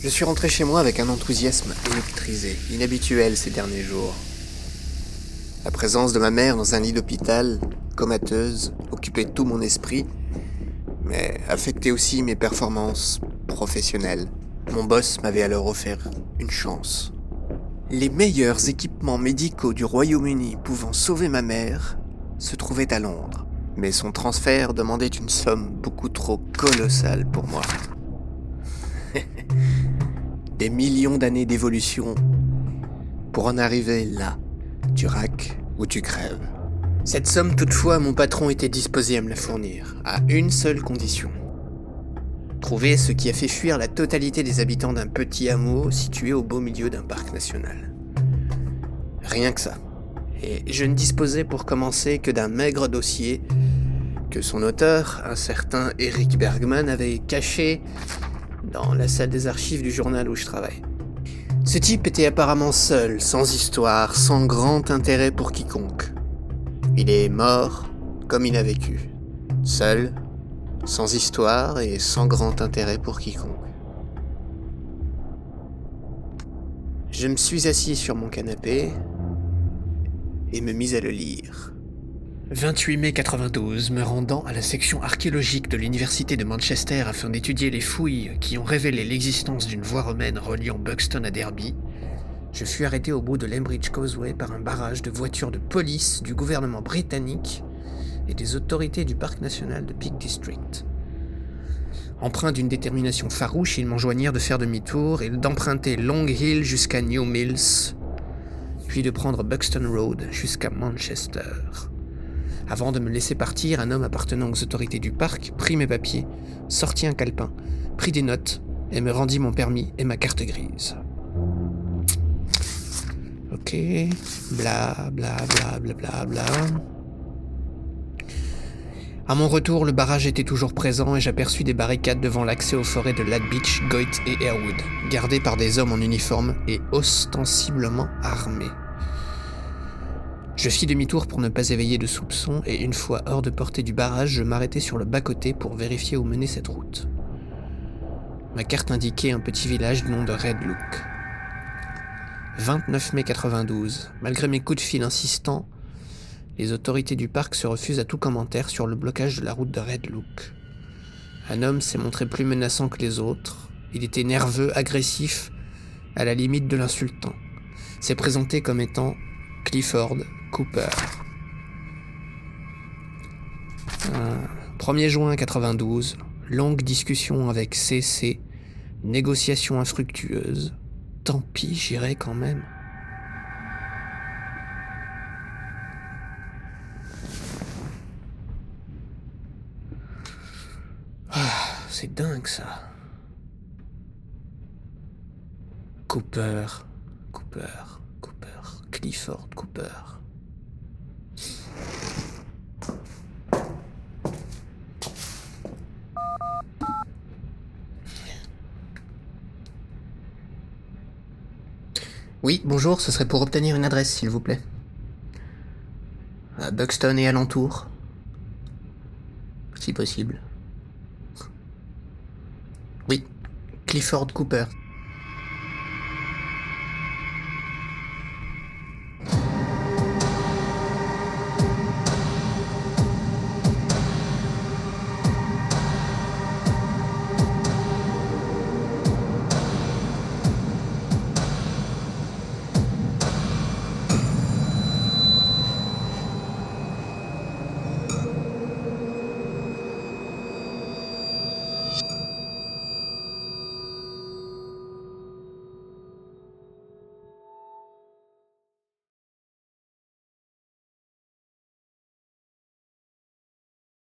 Je suis rentré chez moi avec un enthousiasme électrisé, inhabituel ces derniers jours. La présence de ma mère dans un lit d'hôpital, comateuse, occupait tout mon esprit, mais affectait aussi mes performances professionnelles. Mon boss m'avait alors offert une chance. Les meilleurs équipements médicaux du Royaume-Uni pouvant sauver ma mère se trouvaient à Londres, mais son transfert demandait une somme beaucoup trop colossale pour moi. Des millions d'années d'évolution pour en arriver là. Tu raques ou tu crèves. Cette somme, toutefois, mon patron était disposé à me la fournir, à une seule condition. Trouver ce qui a fait fuir la totalité des habitants d'un petit hameau situé au beau milieu d'un parc national. Rien que ça. Et je ne disposais pour commencer que d'un maigre dossier que son auteur, un certain Eric Bergman, avait caché dans la salle des archives du journal où je travaille. Ce type était apparemment seul, sans histoire, sans grand intérêt pour quiconque. Il est mort comme il a vécu. Seul, sans histoire et sans grand intérêt pour quiconque. Je me suis assis sur mon canapé et me mis à le lire. 28 mai 92, me rendant à la section archéologique de l'université de Manchester afin d'étudier les fouilles qui ont révélé l'existence d'une voie romaine reliant Buxton à Derby, je fus arrêté au bout de l'Embridge Causeway par un barrage de voitures de police du gouvernement britannique et des autorités du parc national de Peak District. Empreint d'une détermination farouche, ils m'enjoignirent de faire demi-tour et d'emprunter Long Hill jusqu'à New Mills, puis de prendre Buxton Road jusqu'à Manchester. Avant de me laisser partir, un homme appartenant aux autorités du parc prit mes papiers, sortit un calepin, prit des notes et me rendit mon permis et ma carte grise. Ok, bla bla bla bla bla bla. À mon retour, le barrage était toujours présent et j'aperçus des barricades devant l'accès aux forêts de Lad Beach, Goyt et Harewood, gardées par des hommes en uniforme et ostensiblement armés. Je fis demi-tour pour ne pas éveiller de soupçons et une fois hors de portée du barrage, je m'arrêtai sur le bas-côté pour vérifier où menait cette route. Ma carte indiquait un petit village du nom de Red Look. 29 mai 92. Malgré mes coups de fil insistants, les autorités du parc se refusent à tout commentaire sur le blocage de la route de Red Look. Un homme s'est montré plus menaçant que les autres. Il était nerveux, agressif, à la limite de l'insultant. S'est présenté comme étant Clifford Cooper. 1er juin 92, longue discussion avec CC, négociation infructueuse. Tant pis, j'irai quand même. C'est dingue ça. Cooper, Clifford Cooper. Oui, bonjour, ce serait pour obtenir une adresse, s'il vous plaît. À Buxton et alentour. Si possible. Oui, Clifford Cooper.